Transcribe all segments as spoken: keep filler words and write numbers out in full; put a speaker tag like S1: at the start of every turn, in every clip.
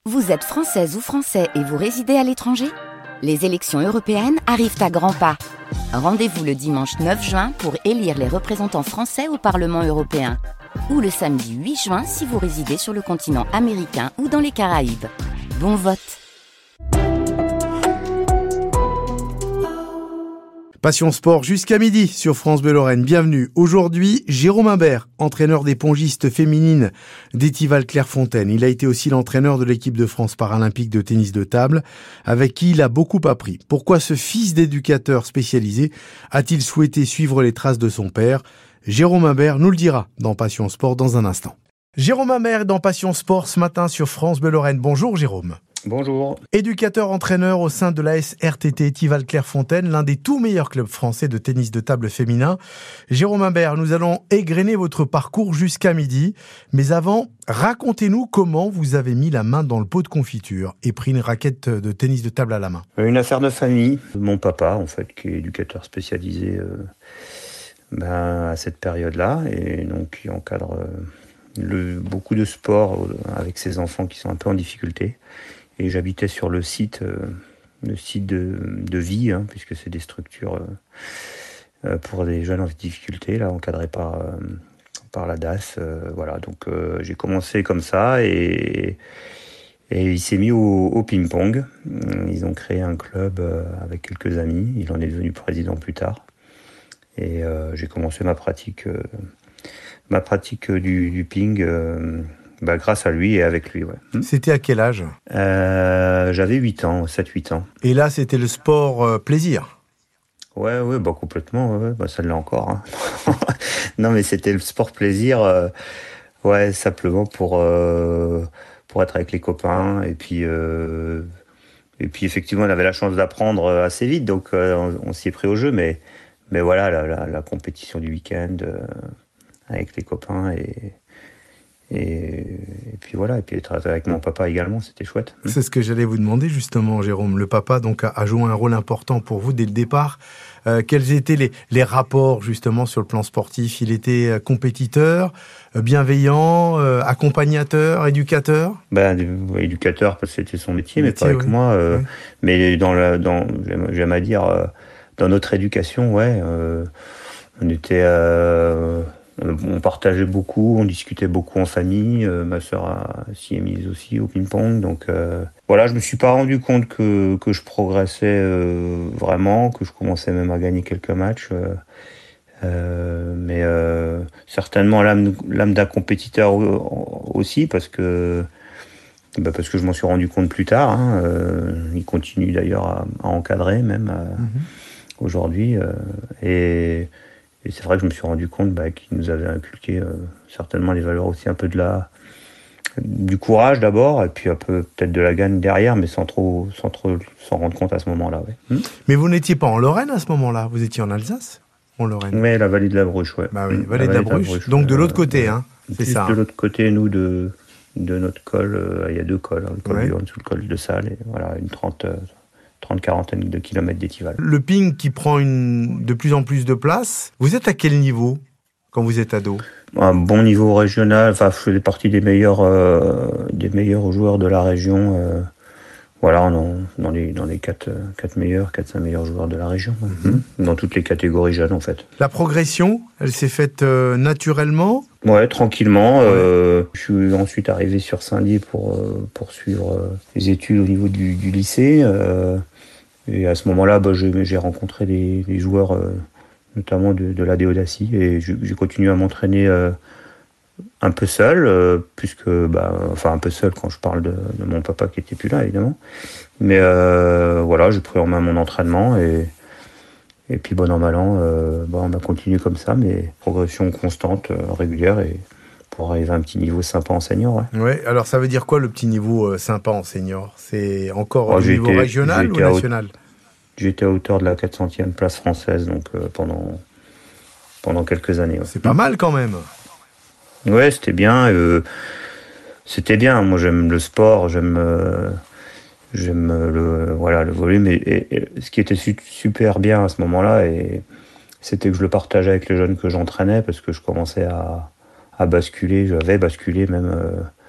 S1: Vous êtes française ou français et vous résidez à l'étranger ? Les élections européennes arrivent à grands pas. Rendez-vous le dimanche neuf juin pour élire les représentants français au Parlement européen. Ou le samedi huit juin si vous résidez sur le continent américain ou dans les Caraïbes. Bon vote!
S2: Passion Sport jusqu'à midi sur France Bleu Lorraine. Bienvenue. Aujourd'hui, Jérôme Imbert, entraîneur des pongistes féminines d'Étival Clairefontaine. Il a été aussi l'entraîneur de l'équipe de France paralympique de tennis de table, avec qui il a beaucoup appris. Pourquoi ce fils d'éducateur spécialisé a-t-il souhaité suivre les traces de son père ? Jérôme Imbert nous le dira dans Passion Sport dans un instant. Jérôme Imbert dans Passion Sport ce matin sur France Bleu Lorraine. Bonjour Jérôme.
S3: Bonjour.
S2: Éducateur-entraîneur au sein de l'A S R T T Étival Clairefontaine, l'un des tout meilleurs clubs français de tennis de table féminin. Jérôme Imbert, nous allons égrener votre parcours jusqu'à midi. Mais avant, racontez-nous comment vous avez mis la main dans le pot de confiture et pris une raquette de tennis de table à la main.
S3: Une affaire de famille. Mon papa, en fait, qui est éducateur spécialisé euh, ben, à cette période-là, et donc qui encadre euh, le, beaucoup de sports avec ses enfants qui sont un peu en difficulté. Et j'habitais sur le site, euh, le site de, de vie, hein, puisque c'est des structures euh, pour des jeunes en difficulté, là, encadrées par, euh, par la D A S. Euh, voilà, donc euh, j'ai commencé comme ça et, et il s'est mis au, au ping-pong. Ils ont créé un club euh, avec quelques amis. Il en est devenu président plus tard. Et euh, j'ai commencé ma pratique, euh, ma pratique du, du ping. Euh, Bah, grâce à lui et avec lui, ouais.
S2: C'était à quel âge ?
S3: euh, J'avais huit ans, sept huit ans.
S2: Et là, c'était le sport euh, plaisir ?
S3: Ouais, ouais, bah complètement, ouais, ouais, bah ça l'est encore. Hein. Non, mais c'était le sport plaisir, euh, ouais, simplement pour, euh, pour être avec les copains. Et puis, euh, et puis effectivement, on avait la chance d'apprendre assez vite, donc euh, on, on s'y est pris au jeu. Mais, mais voilà, la, la, la compétition du week-end euh, avec les copains et... Et, et puis voilà, et puis être avec mon papa également, c'était chouette.
S2: C'est ce que j'allais vous demander justement, Jérôme. Le papa donc a, a joué un rôle important pour vous dès le départ. Euh, quels étaient les, les rapports justement sur le plan sportif ? Il était compétiteur, bienveillant, euh, accompagnateur, éducateur ?
S3: Ben, éducateur parce que c'était son métier,
S2: métier
S3: mais pas avec
S2: oui.
S3: moi. Euh,
S2: oui.
S3: Mais dans la, dans, j'aime, j'aime à dire, euh, dans notre éducation, ouais, euh, on était. Euh, On partageait beaucoup, on discutait beaucoup en famille. Euh, ma sœur a, s'y est mise aussi au ping-pong. Donc euh, voilà, je me suis pas rendu compte que, que je progressais euh, vraiment, que je commençais même à gagner quelques matchs. Euh, euh, mais euh, certainement l'âme, l'âme d'un compétiteur aussi, parce que, bah parce que je m'en suis rendu compte plus tard. Hein. Euh, il continue d'ailleurs à, à encadrer même à, mm-hmm. aujourd'hui. Euh, et... Et c'est vrai que je me suis rendu compte bah, qu'il nous avait inculqué euh, certainement les valeurs aussi un peu de la, du courage d'abord, et puis un peu peut-être de la gagne derrière, mais sans trop, sans trop s'en rendre compte à ce moment-là. Ouais.
S2: Mmh. Mais vous n'étiez pas en Lorraine à ce moment-là, vous étiez en Alsace ? En Lorraine ?
S3: Oui, la vallée de la Bruche, ouais.
S2: Bah oui, vallée, de, la de la Bruche. Bruche. Donc de l'autre côté, euh, hein, c'est ça.
S3: De l'autre côté, nous, de, de notre col, euh, il y a deux cols, hein, le col ouais. du Rhône sous le col de Salles, et voilà, une trente... Euh, trente quarantaine de kilomètres d'Étival.
S2: Le ping qui prend une, de plus en plus de place, vous êtes à quel niveau quand vous êtes ado ?
S3: Un bon niveau régional, enfin je faisais partie des meilleurs, euh, des meilleurs joueurs de la région. Euh, voilà, dans, dans les, dans les quatre, quatre meilleurs, quatre, cinq meilleurs joueurs de la région. Mm-hmm. Dans toutes les catégories jeunes en fait.
S2: La progression, elle s'est faite euh, naturellement ?
S3: Ouais, tranquillement. Ouais. Euh, je suis ensuite arrivé sur Saint-Dié pour euh, poursuivre euh, les études au niveau du, du lycée. Euh, et à ce moment-là, bah, j'ai, j'ai rencontré des, des joueurs, euh, notamment de, de l'A D Audacy, et je, j'ai continué à m'entraîner euh, un peu seul, euh, puisque, bah, enfin un peu seul quand je parle de, de mon papa qui était plus là, évidemment. Mais euh, voilà, j'ai pris en main mon entraînement et Et puis bon an mal an, euh, bah, on a continué comme ça, mais progression constante, euh, régulière, et pour arriver à un petit niveau sympa en senior. Ouais.
S2: Ouais, alors ça veut dire quoi le petit niveau euh, sympa en senior ? C'est encore au oh, niveau été, régional ou national ?
S3: haute, J'étais à hauteur de la quatre centième place française, donc euh, pendant, pendant quelques années. Ouais.
S2: C'est pas mal quand même.
S3: Ouais, c'était bien. Euh, c'était bien. Moi, j'aime le sport, j'aime... Euh, J'aime le, voilà, le volume et, et, et ce qui était su, super bien à ce moment-là, et c'était que je le partageais avec les jeunes que j'entraînais, parce que je commençais à, à basculer, j'avais basculé même euh,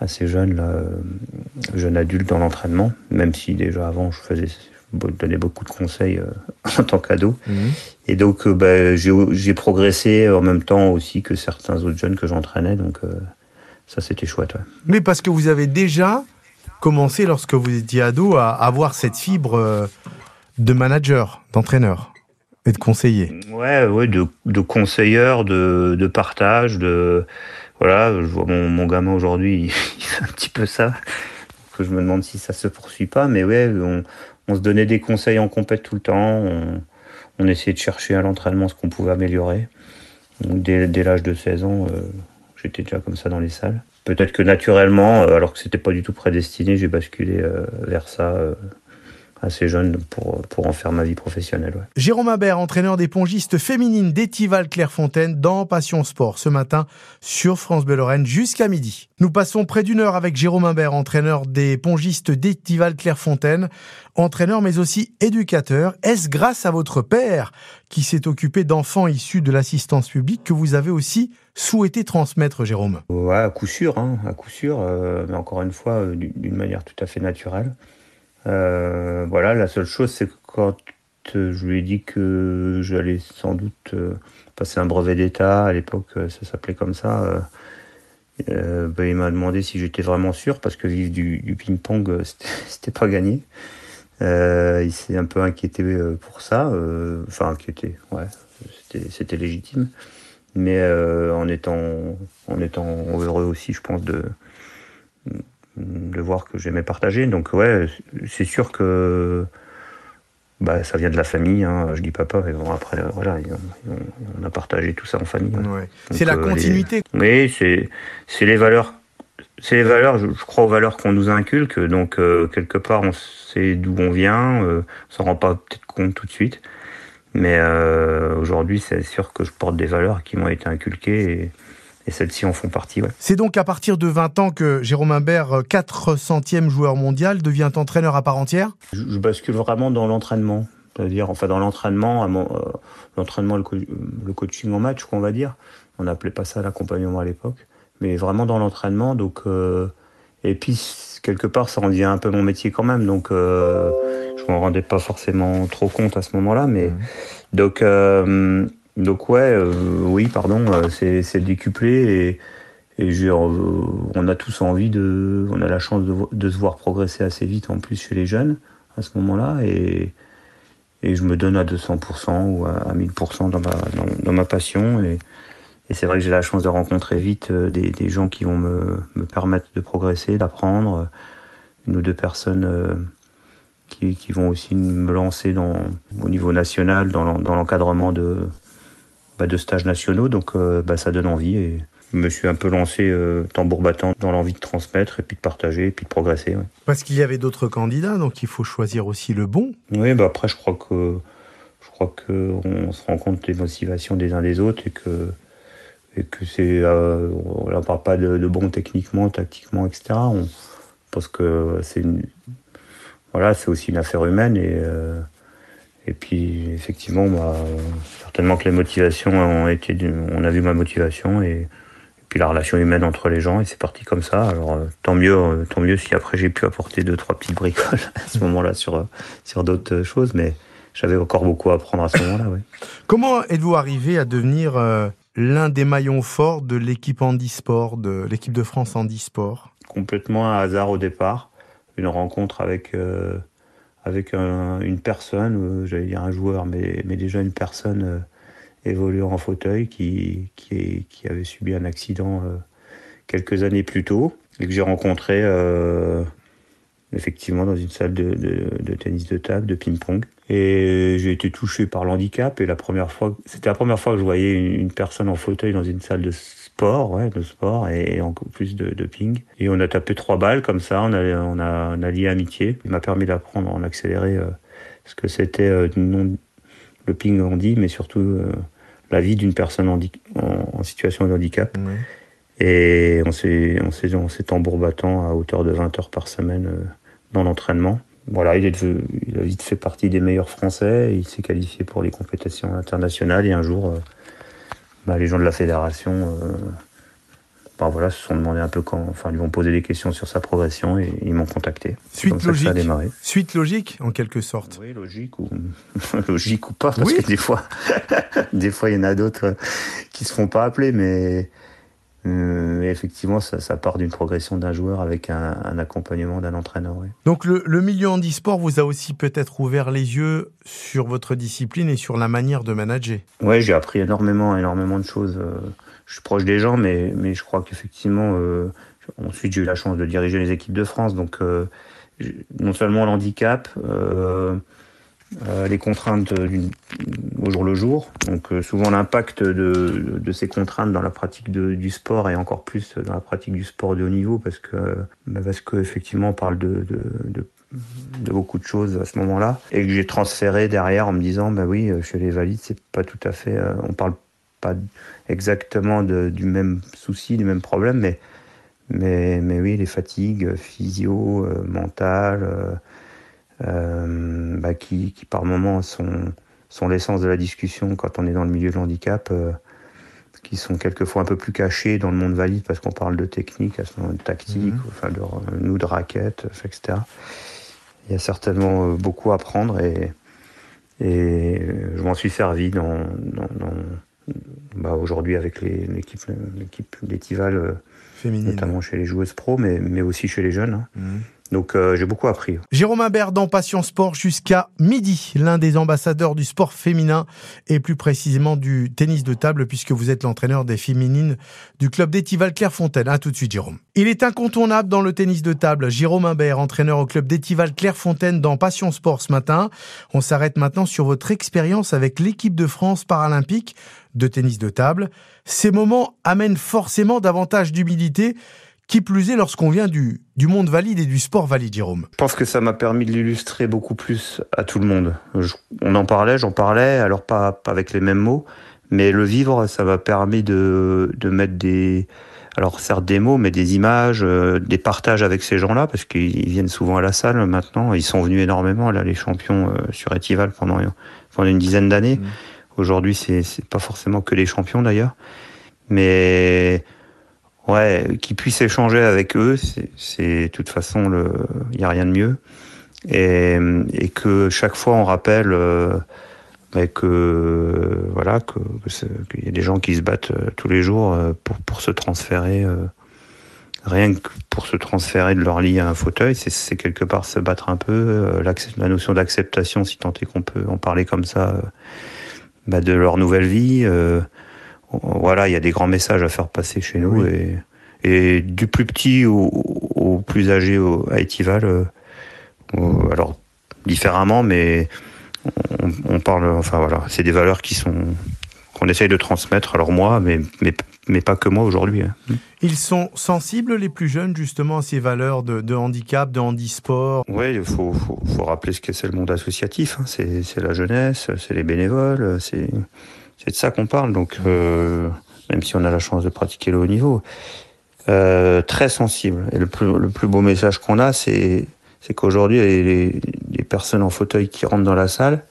S3: assez jeune, là, euh, jeune adulte dans l'entraînement, même si déjà avant je faisais, je donnais beaucoup de conseils euh, en tant qu'ado. Mmh. Et donc euh, bah, j'ai, j'ai progressé en même temps aussi que certains autres jeunes que j'entraînais, donc euh, ça c'était chouette. Ouais.
S2: Mais parce que vous avez déjà commencé lorsque vous étiez ado à avoir cette fibre euh, de manager, d'entraîneur et de conseiller.
S3: Ouais, ouais, de, de conseilleur, de, de partage, de voilà. Je vois mon, mon gamin aujourd'hui, il fait un petit peu ça. Que je me demande si ça se poursuit pas, mais ouais, on, on se donnait des conseils en compète tout le temps. On, on essayait de chercher à l'entraînement ce qu'on pouvait améliorer. Donc dès, dès l'âge de seize ans, euh, j'étais déjà comme ça dans les salles. Peut-être que naturellement, euh, alors que c'était pas du tout prédestiné, j'ai basculé euh, vers ça. Euh, assez jeune pour, pour en faire ma vie professionnelle. Ouais.
S2: Jérôme Imbert, entraîneur des pongistes féminines d'Étival Clairefontaine dans Passion Sport, ce matin sur France Bleu Lorraine jusqu'à midi. Nous passons près d'une heure avec Jérôme Imbert, entraîneur des pongistes d'Étival Clairefontaine, entraîneur mais aussi éducateur. Est-ce grâce à votre père qui s'est occupé d'enfants issus de l'assistance publique que vous avez aussi souhaité transmettre, Jérôme ?
S3: Ouais, à coup sûr, hein, à coup sûr, euh, mais encore une fois, euh, d'une manière tout à fait naturelle. Euh, voilà, la seule chose, c'est que quand euh, je lui ai dit que j'allais sans doute euh, passer un brevet d'État, à l'époque euh, ça s'appelait comme ça, euh, euh, bah, il m'a demandé si j'étais vraiment sûr, parce que vivre du, du ping-pong, euh, c'était, c'était pas gagné. Euh, il s'est un peu inquiété euh, pour ça, euh, enfin inquiété, ouais, c'était, c'était légitime, mais euh, en étant, en étant heureux aussi, je pense, de... de voir que j'aimais partager. Donc ouais, c'est sûr que bah, ça vient de la famille, hein. Je dis papa, mais bon après, voilà, on a partagé tout ça en famille. Ouais.
S2: Ouais. C'est la euh, continuité.
S3: Les... Oui, c'est, c'est les valeurs, c'est les valeurs, je, je crois aux valeurs qu'on nous inculque, donc euh, quelque part on sait d'où on vient, euh, on s'en rend pas peut-être compte tout de suite, mais euh, aujourd'hui c'est sûr que je porte des valeurs qui m'ont été inculquées et Et celles-ci en font partie, ouais.
S2: C'est donc à partir de vingt ans que Jérôme Imbert, quatre centième joueur mondial, devient entraîneur à part entière ?
S3: Je, je bascule vraiment dans l'entraînement. C'est-à-dire, enfin, dans l'entraînement, à mon, euh, l'entraînement, le, co- le coaching en match, qu'on va dire. On n'appelait pas ça l'accompagnement à l'époque. Mais vraiment dans l'entraînement, donc... Euh, et puis, quelque part, ça en devient un peu mon métier quand même. Donc, euh, je m'en rendais pas forcément trop compte à ce moment-là. Mais mmh. Donc... Euh, Donc ouais, euh, oui, pardon, euh, c'est, c'est décuplé et, et j'ai, euh, on a tous envie de, on a la chance de, de se voir progresser assez vite en plus chez les jeunes à ce moment-là et, et je me donne à deux cents pour cent ou à, à mille pour cent dans ma, dans, dans ma passion et, et c'est vrai que j'ai la chance de rencontrer vite des, des gens qui vont me, me permettre de progresser, d'apprendre, une ou deux personnes euh, qui, qui vont aussi me lancer dans, au niveau national dans, l'en, dans l'encadrement de Bah de stages nationaux, donc euh, bah ça donne envie et je me suis un peu lancé euh, tambour battant dans l'envie de transmettre et puis de partager et puis de progresser. Ouais.
S2: Parce qu'il y avait d'autres candidats, donc il faut choisir aussi le bon.
S3: Oui, bah après je crois que je crois que on se rend compte des motivations des uns des autres et que et que c'est euh, on ne parle pas de, de bon techniquement, tactiquement, et cetera. On pense que c'est une voilà, c'est aussi une affaire humaine et euh, Et puis, effectivement, bah, certainement que les motivations ont été... On a vu ma motivation et, et puis la relation humaine entre les gens, et c'est parti comme ça. Alors, euh, tant mieux, euh, tant mieux si après j'ai pu apporter deux, trois petites bricoles à ce moment-là sur, euh, sur d'autres choses, mais j'avais encore beaucoup à apprendre à ce moment-là, oui.
S2: Comment êtes-vous arrivé à devenir euh, l'un des maillons forts de l'équipe handisport, de l'équipe de France handisport ?
S3: Complètement un hasard au départ. Une rencontre avec... Euh, avec un, une personne, euh, j'allais dire un joueur, mais, mais déjà une personne euh, évoluant en fauteuil qui, qui, qui avait subi un accident euh, quelques années plus tôt et que j'ai rencontré euh, effectivement dans une salle de, de, de tennis de table, de ping-pong. Et j'ai été touché par l'handicap et la première fois, c'était la première fois que je voyais une, une personne en fauteuil dans une salle de sport, ouais, de sport et, et en plus de, de ping. Et on a tapé trois balles comme ça, on a, on a, on a lié amitié. Il m'a permis d'apprendre en accéléré euh, ce que c'était euh, non, le ping handi, mais surtout euh, la vie d'une personne handi- en, en situation de handicap. Ouais. Et on s'est, on s'est, on s'est tambour battant à hauteur de vingt heures par semaine euh, dans l'entraînement. Voilà, il, est devenu, il a vite fait partie des meilleurs Français, il s'est qualifié pour les compétitions internationales et un jour, euh, bah, les gens de la fédération euh, enfin, voilà, se sont demandé un peu quand, enfin, ils vont poser des questions sur sa progression et ils m'ont contacté.
S2: Suite logique. Suite logique, en quelque sorte.
S3: Oui, logique ou logique ou pas, parce
S2: oui.
S3: que des fois, des fois, il y en a d'autres qui se font pas appeler, mais euh, effectivement, ça, ça part d'une progression d'un joueur avec un, un accompagnement d'un entraîneur. Oui.
S2: Donc, le, le milieu handisport vous a aussi peut-être ouvert les yeux sur votre discipline et sur la manière de manager.
S3: Oui, j'ai appris énormément, énormément de choses. Je suis proche des gens, mais, mais je crois qu'effectivement, euh, ensuite j'ai eu la chance de diriger les équipes de France, donc euh, non seulement l'handicap, euh, euh, les contraintes d'une, au jour le jour, donc euh, souvent l'impact de, de ces contraintes dans la pratique de, du sport et encore plus dans la pratique du sport de haut niveau, parce que bah parce qu'effectivement on parle de, de, de de beaucoup de choses à ce moment-là, et que j'ai transféré derrière en me disant bah oui, chez les valides c'est pas tout à fait, euh, on parle pas exactement de, du même souci, du même problème, mais, mais, mais oui, les fatigues physio, euh, mentales, euh, euh, bah, qui, qui par moments sont, sont l'essence de la discussion quand on est dans le milieu de l'handicap, euh, qui sont quelquefois un peu plus cachés dans le monde valide parce qu'on parle de technique, à ce moment de tactique, mmh. enfin de nous de raquettes, et cetera. Il y a certainement beaucoup à apprendre et, et je m'en suis servi dans, dans, dans Bah aujourd'hui avec les, l'équipe, l'équipe d'Étival, féminine, notamment chez les joueuses pro, mais, mais aussi chez les jeunes. Hein. Mmh. Donc euh, j'ai beaucoup appris.
S2: Jérôme Imbert dans Passion Sport jusqu'à midi, l'un des ambassadeurs du sport féminin et plus précisément du tennis de table, puisque vous êtes l'entraîneur des féminines du club d'Étival Clairefontaine. À tout de suite, Jérôme. Il est incontournable dans le tennis de table. Jérôme Imbert, entraîneur au club d'Étival Clairefontaine dans Passion Sport ce matin. On s'arrête maintenant sur votre expérience avec l'équipe de France paralympique de tennis de table. Ces moments amènent forcément davantage d'humilité, qui plus est lorsqu'on vient du, du monde valide et du sport valide, Jérôme.
S3: Je pense que ça m'a permis de l'illustrer beaucoup plus à tout le monde. Je, on en parlait, j'en parlais, alors pas, pas avec les mêmes mots, mais le vivre, ça m'a permis de, de mettre des, alors certes des mots, mais des images, euh, des partages avec ces gens-là, parce qu'ils viennent souvent à la salle maintenant. Ils sont venus énormément, là, les champions euh, sur Étival pendant, pendant une dizaine d'années. Mmh. Aujourd'hui, c'est, c'est pas forcément que les champions d'ailleurs, mais ouais, qu'ils puissent échanger avec eux, c'est, c'est de toute façon le, il y a rien de mieux, et, et que chaque fois on rappelle euh, bah que voilà que, que qu'il y a des gens qui se battent euh, tous les jours euh, pour pour se transférer, euh, rien que pour se transférer de leur lit à un fauteuil, c'est, c'est quelque part se battre un peu, euh, la notion d'acceptation, si tant est qu'on peut en parler comme ça. Euh, Bah de leur nouvelle vie, euh, voilà, il y a des grands messages à faire passer chez nous, oui. et, et du plus petit au, au plus âgé au, à Étival, euh, au, alors différemment, mais on, on parle, enfin voilà, c'est des valeurs qui sont qu'on essaye de transmettre. Alors moi, mais mais mais pas que moi aujourd'hui. Hein.
S2: Ils sont sensibles, les plus jeunes, justement, à ces valeurs de, de handicap, de handisport.
S3: Oui, il faut, faut, faut rappeler ce que c'est le monde associatif. Hein. C'est, c'est la jeunesse, c'est les bénévoles, c'est, c'est de ça qu'on parle. Donc, euh, même si on a la chance de pratiquer le haut niveau, euh, très sensible. Et le plus, le plus beau message qu'on a, c'est, c'est qu'aujourd'hui, les, les personnes en fauteuil qui rentrent dans la salle,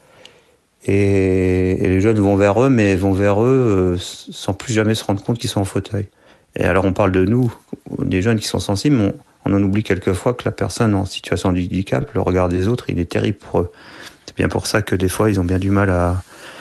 S3: et, et les jeunes vont vers eux, mais vont vers eux euh, sans plus jamais se rendre compte qu'ils sont en fauteuil. Et alors on parle de nous, des jeunes qui sont sensibles, mais on, on en oublie quelquefois que la personne en situation de handicap, le regard des autres, il est terrible pour eux. C'est bien pour ça que des fois ils ont bien du mal à,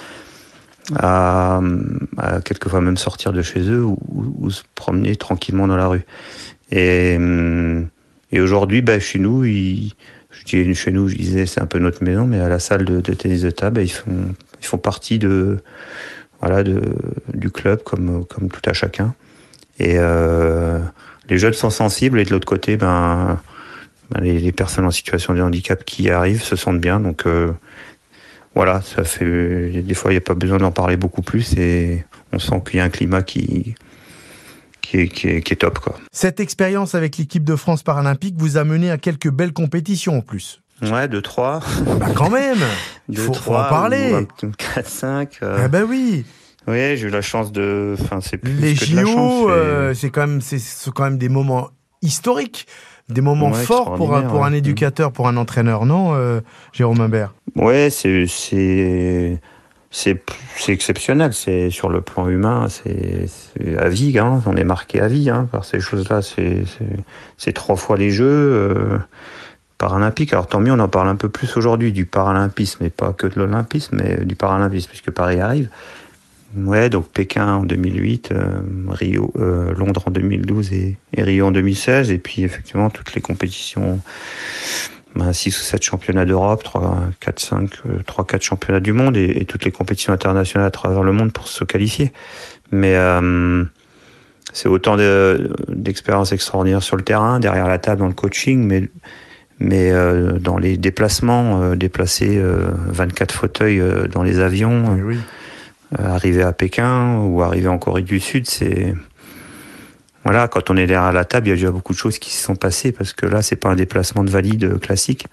S3: à, à quelquefois même sortir de chez eux ou, ou se promener tranquillement dans la rue. Et, et aujourd'hui, bah, chez nous, ils, je dis chez nous, je disais c'est un peu notre maison, mais à la salle de, de tennis de table, bah, ils font, ils font partie de, voilà, de, du club comme, comme tout à chacun. Et euh, les jeunes sont sensibles, et de l'autre côté, ben, ben les, les personnes en situation de handicap qui arrivent se sentent bien. Donc euh, voilà, ça fait des fois il n'y a pas besoin d'en parler beaucoup plus, et on sent qu'il y a un climat qui qui est, qui est, qui est top, quoi.
S2: Cette expérience avec l'équipe de France paralympique vous a mené à quelques belles compétitions en plus.
S3: Ouais, deux, trois.
S2: Bah quand même.
S3: Il
S2: faut, faut en parler.
S3: quatre, cinq. Euh...
S2: Ah bah oui.
S3: Oui, j'ai eu la chance de. Enfin, c'est plus
S2: les
S3: que
S2: J O,
S3: de la chance,
S2: euh, c'est quand même, c'est, c'est quand même des moments historiques, des moments ouais, forts pour un, pour ouais. un éducateur, pour un entraîneur, non, euh, Jérôme Imbert?
S3: Ouais, c'est c'est c'est, c'est exceptionnel. C'est sur le plan humain, c'est, c'est à vie. Hein, on est marqué à vie hein, par ces choses-là. C'est, c'est, c'est trois fois les Jeux euh, paralympiques. Alors tant mieux, on en parle un peu plus aujourd'hui du paralympisme, et pas que de l'olympisme, mais du paralympisme, puisque Paris arrive. Ouais, donc Pékin en deux mille huit, euh, Rio, euh, Londres en deux mille douze et, et Rio en deux mille seize, et puis effectivement toutes les compétitions, ben, six ou sept championnats d'Europe, trois, quatre, cinq, trois, quatre championnats du monde, et, et toutes les compétitions internationales à travers le monde pour se qualifier. Mais euh, c'est autant de, d'expériences extraordinaires sur le terrain, derrière la table dans le coaching, mais mais euh, dans les déplacements, euh, déplacer euh, vingt-quatre fauteuils euh, dans les avions.
S2: Oui, oui.
S3: Arriver à Pékin ou arriver en Corée du Sud, c'est voilà, quand on est derrière la table, il y a déjà beaucoup de choses qui se sont passées, parce que là, c'est pas un déplacement de valide classique,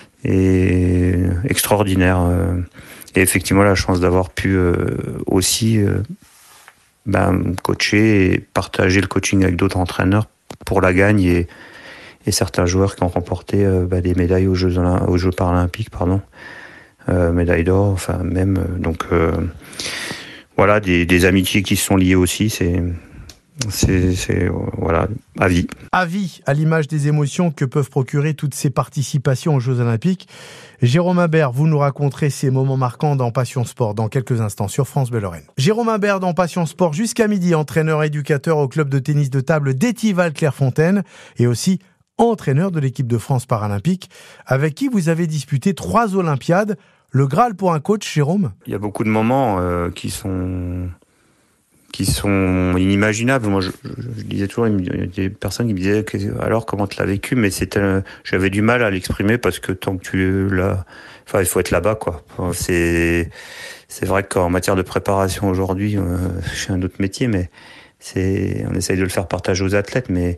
S3: et extraordinaire. Et effectivement, la chance d'avoir pu euh, aussi euh, ben, coacher et partager le coaching avec d'autres entraîneurs pour la gagne, et, et certains joueurs qui ont remporté euh, ben, des médailles aux Jeux, aux Jeux paralympiques, pardon. Euh, médaille d'or, enfin même euh, donc euh, voilà, des, des amitiés qui se sont liées aussi, c'est c'est, c'est euh, voilà, à vie.
S2: À vie, à l'image des émotions que peuvent procurer toutes ces participations aux Jeux Olympiques. Jérôme Imbert, vous nous raconterez ces moments marquants dans Passion Sport dans quelques instants sur France Bleu Lorraine. Jérôme Imbert dans Passion Sport jusqu'à midi, entraîneur éducateur au club de tennis de table d'Étival Clairefontaine, et aussi entraîneur de l'équipe de France paralympique, avec qui vous avez disputé trois Olympiades. Le Graal pour un coach, Jérôme ?
S3: Il y a beaucoup de moments euh, qui sont qui sont inimaginables. Moi, je, je, je disais toujours, il y a des personnes qui me disaient alors comment tu l'as vécu, mais c'était, j'avais du mal à l'exprimer, parce que tant que tu l'as, enfin, il faut être là-bas, quoi. C'est c'est vrai qu'en matière de préparation aujourd'hui, euh, j'ai un autre métier, mais c'est, on essaye de le faire partager aux athlètes, mais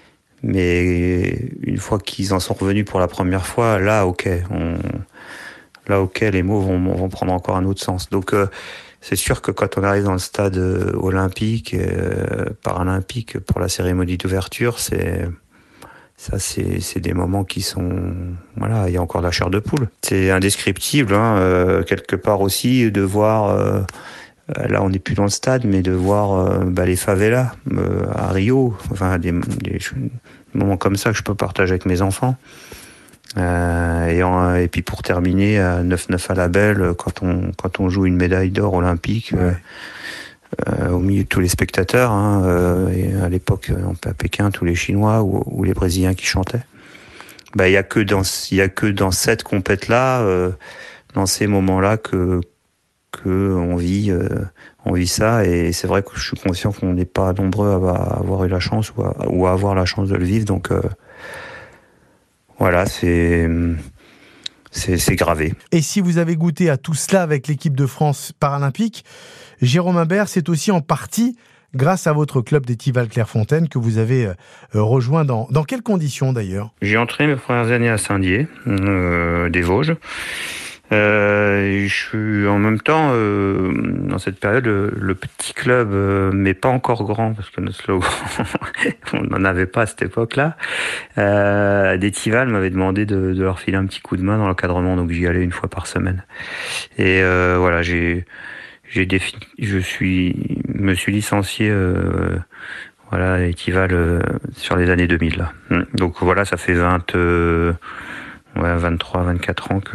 S3: mais une fois qu'ils en sont revenus pour la première fois, là, ok, on là, ok, les mots vont, vont prendre encore un autre sens. Donc, euh, c'est sûr que quand on arrive dans le stade euh, olympique, euh, paralympique, pour la cérémonie d'ouverture, c'est ça, c'est, c'est des moments qui sont, voilà, il y a encore de la chair de poule. C'est indescriptible, hein, euh, quelque part aussi, de voir, euh, là, on n'est plus dans le stade, mais de voir euh, bah, les favelas euh, à Rio, enfin, des, des, des moments comme ça que je peux partager avec mes enfants. Euh, et, en, et puis pour terminer à neuf neuf à la Belle, quand on quand on joue une médaille d'or olympique, ouais. euh, au milieu de tous les spectateurs, hein, euh, et à l'époque à Pékin, tous les Chinois ou, ou les Brésiliens qui chantaient. Bah il y a que dans il y a que dans cette compète là, euh, dans ces moments là que que on vit euh, on vit ça, et c'est vrai que je suis conscient qu'on n'est pas nombreux à, à avoir eu la chance ou à, ou à avoir la chance de le vivre, donc euh, voilà, c'est, c'est, c'est gravé.
S2: Et si vous avez goûté à tout cela avec l'équipe de France paralympique, Jérôme Imbert, c'est aussi en partie grâce à votre club d'Étival Clairefontaine que vous avez euh, rejoint. Dans, dans quelles conditions d'ailleurs ?
S3: J'ai entraîné mes premières années à Saint-Dié, euh, des Vosges. Euh, je suis en même temps, euh, dans cette période, le, le petit club, euh, mais pas encore grand, parce que notre slogan, on n'en avait pas à cette époque-là, euh, d'Étival m'avait demandé de, de leur filer un petit coup de main dans l'encadrement, donc j'y allais une fois par semaine. Et euh, voilà, j'ai, j'ai défini, je suis, me suis licencié, euh, voilà, à Étival euh, sur les années deux mille. Là. Donc voilà, ça fait vingt, euh, ouais, vingt-trois, vingt-quatre ans que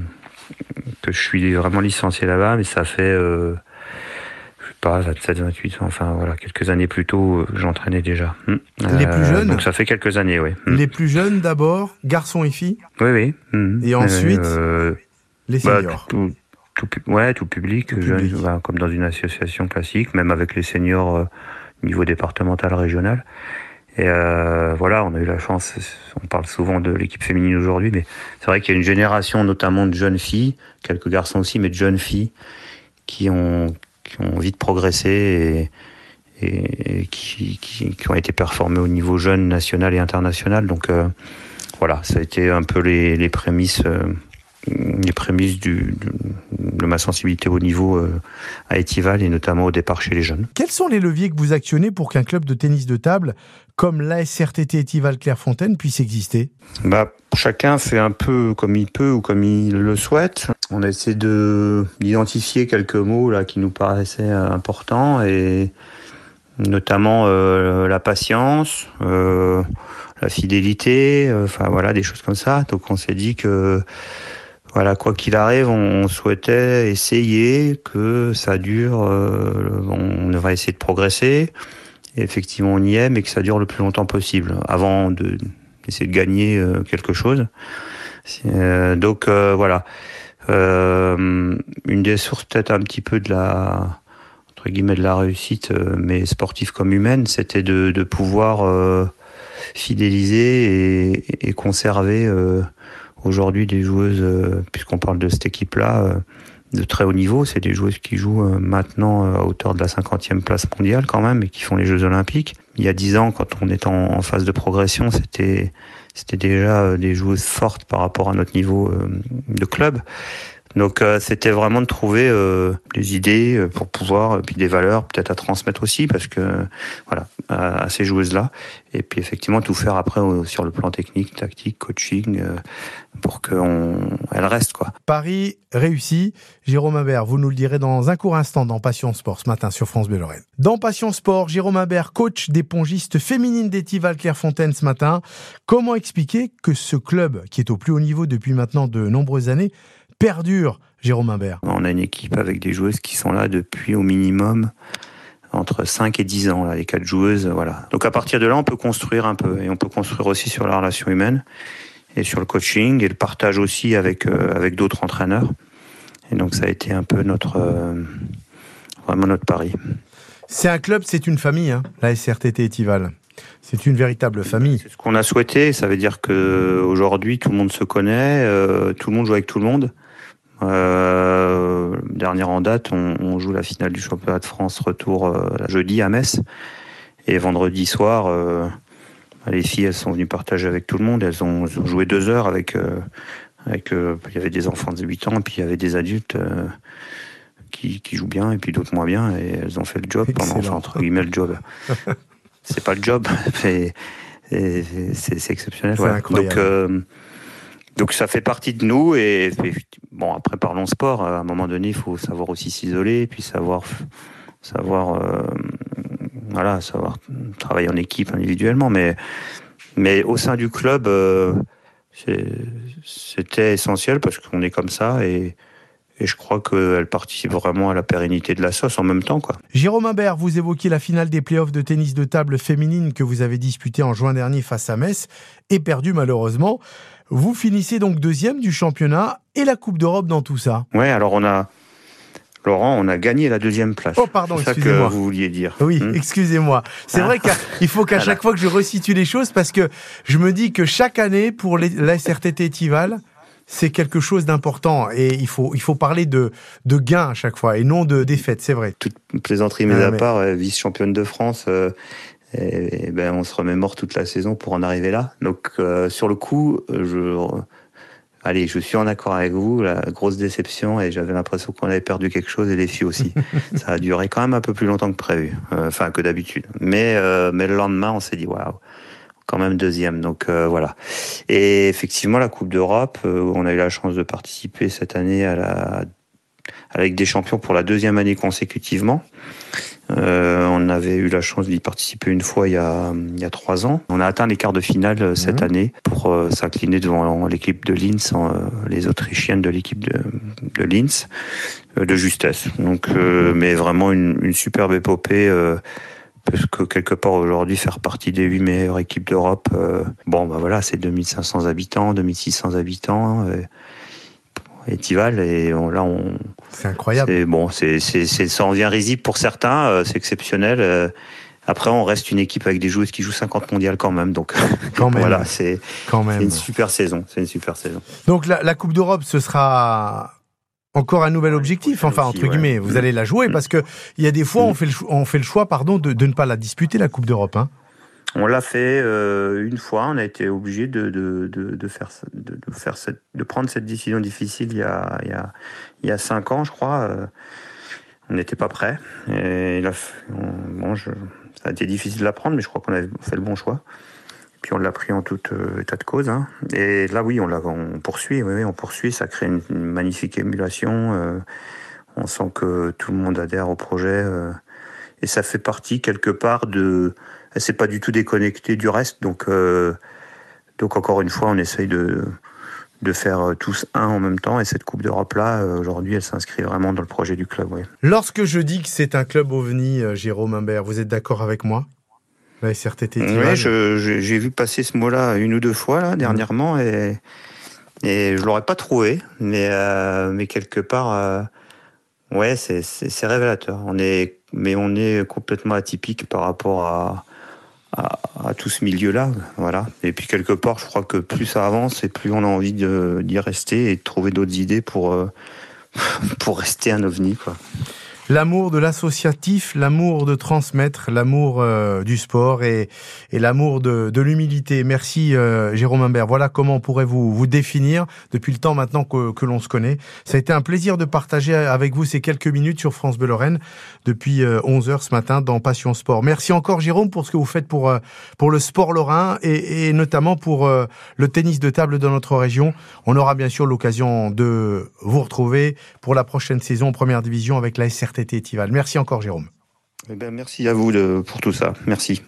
S3: que je suis vraiment licencié là-bas, mais ça fait, euh, je sais pas, vingt-sept, vingt-huit ans, enfin voilà, quelques années plus tôt, j'entraînais déjà.
S2: Les plus jeunes ?
S3: euh, Donc ça fait quelques années, oui.
S2: Les plus jeunes d'abord, garçons et filles ?
S3: Oui, oui. Mmh.
S2: Et ensuite,
S3: euh,
S2: les seniors ?
S3: bah, tout, tout, tout, ouais, tout public, tout jeune, public. Bah, comme dans une association classique, même avec les seniors euh, niveau départemental, régional. Et euh, voilà, on a eu la chance, on parle souvent de l'équipe féminine aujourd'hui, mais c'est vrai qu'il y a une génération notamment de jeunes filles, quelques garçons aussi, mais de jeunes filles qui ont, qui ont envie de progresser et, et, et qui, qui, qui ont été performées au niveau jeune, national et international. Donc euh, voilà, ça a été un peu les, les prémices euh, les prémices du, de ma sensibilité au niveau euh, à Étival et notamment au départ chez les jeunes.
S2: Quels sont les leviers que vous actionnez pour qu'un club de tennis de table comme l'A S R T T Étival Clairefontaine puisse exister ?
S3: Bah, chacun fait un peu comme il peut ou comme il le souhaite. On a essayé de, d'identifier quelques mots là, qui nous paraissaient importants, et notamment euh, la patience, euh, la fidélité, euh, enfin voilà, des choses comme ça. Donc on s'est dit que voilà, quoi qu'il arrive, on souhaitait essayer que ça dure, euh, on va essayer de progresser. Et effectivement, on y est, mais que ça dure le plus longtemps possible, avant de, d'essayer de gagner euh, quelque chose. Euh, donc euh, voilà. Euh, une des sources peut-être un petit peu de la, entre guillemets, de la réussite, euh, mais sportive comme humaine, c'était de, de pouvoir euh, fidéliser et, et conserver euh, aujourd'hui des joueuses, euh, puisqu'on parle de cette équipe-là, euh, de très haut niveau. C'est des joueuses qui jouent euh, maintenant à hauteur de la cinquantième place mondiale quand même, et qui font les Jeux Olympiques. Il y a dix ans, quand on était en, en phase de progression, c'était, c'était déjà euh, des joueuses fortes par rapport à notre niveau euh, de club. Donc euh, c'était vraiment de trouver euh, des idées euh, pour pouvoir, euh, puis des valeurs peut-être à transmettre aussi, parce que euh, voilà, à, à ces joueuses-là, et puis effectivement tout faire après euh, sur le plan technique, tactique, coaching, euh, pour qu'elles restent quoi.
S2: Paris réussi. Jérôme Imbert, vous nous le direz dans un court instant dans Passion Sport ce matin sur France Bleu Lorraine. Dans Passion Sport, Jérôme Imbert, coach des pongistes féminines d'Étival Clairefontaine ce matin. Comment expliquer que ce club, qui est au plus haut niveau depuis maintenant de nombreuses années, perdure, Jérôme Imbert?
S3: On a une équipe avec des joueuses qui sont là depuis au minimum entre cinq et dix ans, là, les quatre joueuses, voilà. Donc à partir de là, on peut construire un peu, et on peut construire aussi sur la relation humaine et sur le coaching et le partage aussi avec euh, avec d'autres entraîneurs. Et donc ça a été un peu notre euh, vraiment notre pari.
S2: C'est un club, c'est une famille, hein, la S R T T Étival. C'est une véritable famille.
S3: C'est ce qu'on a souhaité. Ça veut dire que aujourd'hui tout le monde se connaît, euh, tout le monde joue avec tout le monde. Euh, dernière en date, on, on joue la finale du championnat de France retour euh, jeudi à Metz, et vendredi soir, euh, les filles elles sont venues partager avec tout le monde. Elles ont, elles ont joué deux heures avec, euh, avec euh, il y avait des enfants de huit ans, et puis il y avait des adultes euh, qui, qui jouent bien, et puis d'autres moins bien, et elles ont fait le job pendant, enfin, entre guillemets le job. C'est pas le job, mais c'est, c'est, c'est exceptionnel.
S2: C'est
S3: ouais.
S2: incroyable.
S3: Donc euh, Donc ça fait partie de nous, et, et bon, après parlons sport, à un moment donné il faut savoir aussi s'isoler, puis savoir savoir euh, voilà, savoir travailler en équipe individuellement, mais mais au sein du club euh, c'est, c'était essentiel parce qu'on est comme ça, et Et je crois qu'elle participe vraiment à la pérennité de la sauce en même temps, quoi.
S2: Jérôme Imbert, vous évoquiez la finale des playoffs de tennis de table féminine que vous avez disputée en juin dernier face à Metz, et perdue malheureusement. Vous finissez donc deuxième du championnat et la Coupe d'Europe dans tout ça.
S3: Ouais, alors on a... Laurent, on a gagné la deuxième place.
S2: Oh pardon,
S3: c'est ça
S2: excusez-moi.
S3: que vous vouliez dire.
S2: Oui,
S3: hum
S2: excusez-moi. C'est
S3: ah.
S2: vrai qu'il faut qu'à chaque fois que je resitue les choses, parce que je me dis que chaque année, pour l'A S R T T Étival, c'est quelque chose d'important, et il faut, il faut parler de, de gains à chaque fois et non de défaites, c'est vrai.
S3: Toute plaisanterie mise
S2: ah,
S3: à
S2: mais...
S3: part, euh, vice-championne de France, euh, et, et ben, on se remémore toute la saison pour en arriver là. Donc euh, sur le coup, je, allez, je suis en accord avec vous, la grosse déception, et j'avais l'impression qu'on avait perdu quelque chose, et les filles aussi. Ça a duré quand même un peu plus longtemps que prévu, euh, enfin que d'habitude. Mais, euh, mais le lendemain, on s'est dit waouh, quand même deuxième, donc euh, voilà. Et effectivement, la Coupe d'Europe, euh, on a eu la chance de participer cette année à la, à la Ligue des Champions pour la deuxième année consécutivement. Euh, on avait eu la chance d'y participer une fois il y a, il y a trois ans. On a atteint les quarts de finale euh, cette mmh. année pour euh, s'incliner devant l'équipe de Linz, en, euh, les Autrichiennes de l'équipe de, de Linz, euh, de justesse. Donc, euh, mais vraiment une, une superbe épopée. Euh, Parce que quelque part aujourd'hui, faire partie des huit meilleures équipes d'Europe, euh, bon bah voilà, c'est deux mille cinq cents habitants, deux mille six cents habitants, euh, Étival, et on, là on.
S2: C'est incroyable.
S3: C'est, bon, c'est, c'est, c'est, ça en vient risible pour certains, euh, c'est exceptionnel. Euh, après, on reste une équipe avec des joueuses qui jouent cinquante mondiales quand même, donc
S2: quand même.
S3: voilà, c'est,
S2: quand même.
S3: c'est une super saison, c'est une super saison.
S2: Donc la, la Coupe d'Europe, ce sera encore un nouvel objectif, enfin entre aussi, guillemets, ouais. Vous mmh. allez la jouer, parce que il y a des fois, mmh. on fait le, cho- on fait le choix, pardon, de, de ne pas la disputer, la Coupe d'Europe, hein.
S3: On l'a fait euh, une fois. On a été obligé de, de, de, de faire, de, de, faire cette, de prendre cette décision difficile il y a, il y a, il y a cinq ans, je crois. Euh, on n'était pas prêt. Et là, on, bon, je, ça a été difficile de la prendre, mais je crois qu'on a fait le bon choix. Puis on l'a pris en tout euh, état de cause. Hein. Et là, oui, on, l'a, on poursuit. Oui, oui, on poursuit. Ça crée une, une magnifique émulation. Euh, on sent que tout le monde adhère au projet. Euh, et ça fait partie quelque part de. C'est pas du tout déconnecté du reste. Donc, euh, donc encore une fois, on essaye de de faire tous un en même temps. Et cette Coupe d'Europe là, euh, aujourd'hui, elle s'inscrit vraiment dans le projet du club. Oui.
S2: Lorsque je dis que c'est un club ovni, euh, Jérôme Imbert, vous êtes d'accord avec moi? La S R T T Etival.
S3: Oui, je, je, j'ai vu passer ce mot-là une ou deux fois là dernièrement mmh. et et je l'aurais pas trouvé, mais euh, mais quelque part, euh, ouais, c'est, c'est c'est révélateur. On est mais on est complètement atypique par rapport à à, à tout ce milieu-là, voilà. Et puis quelque part, je crois que plus ça avance et plus on a envie de, d'y rester et de trouver d'autres idées pour euh, pour rester un ovni, quoi.
S2: L'amour de l'associatif, l'amour de transmettre, l'amour euh, du sport et, et l'amour de, de l'humilité. Merci euh, Jérôme Imbert. Voilà comment on pourrait vous, vous définir depuis le temps maintenant que, que l'on se connaît. Ça a été un plaisir de partager avec vous ces quelques minutes sur France Bleu Lorraine depuis euh, onze heures ce matin dans Passion Sport. Merci encore Jérôme pour ce que vous faites pour, euh, pour le sport lorrain et, et notamment pour euh, le tennis de table dans notre région. On aura bien sûr l'occasion de vous retrouver pour la prochaine saison en première division avec la S R T T Etival. Merci encore Jérôme.
S3: Eh ben, merci à vous de, pour tout ça. Merci.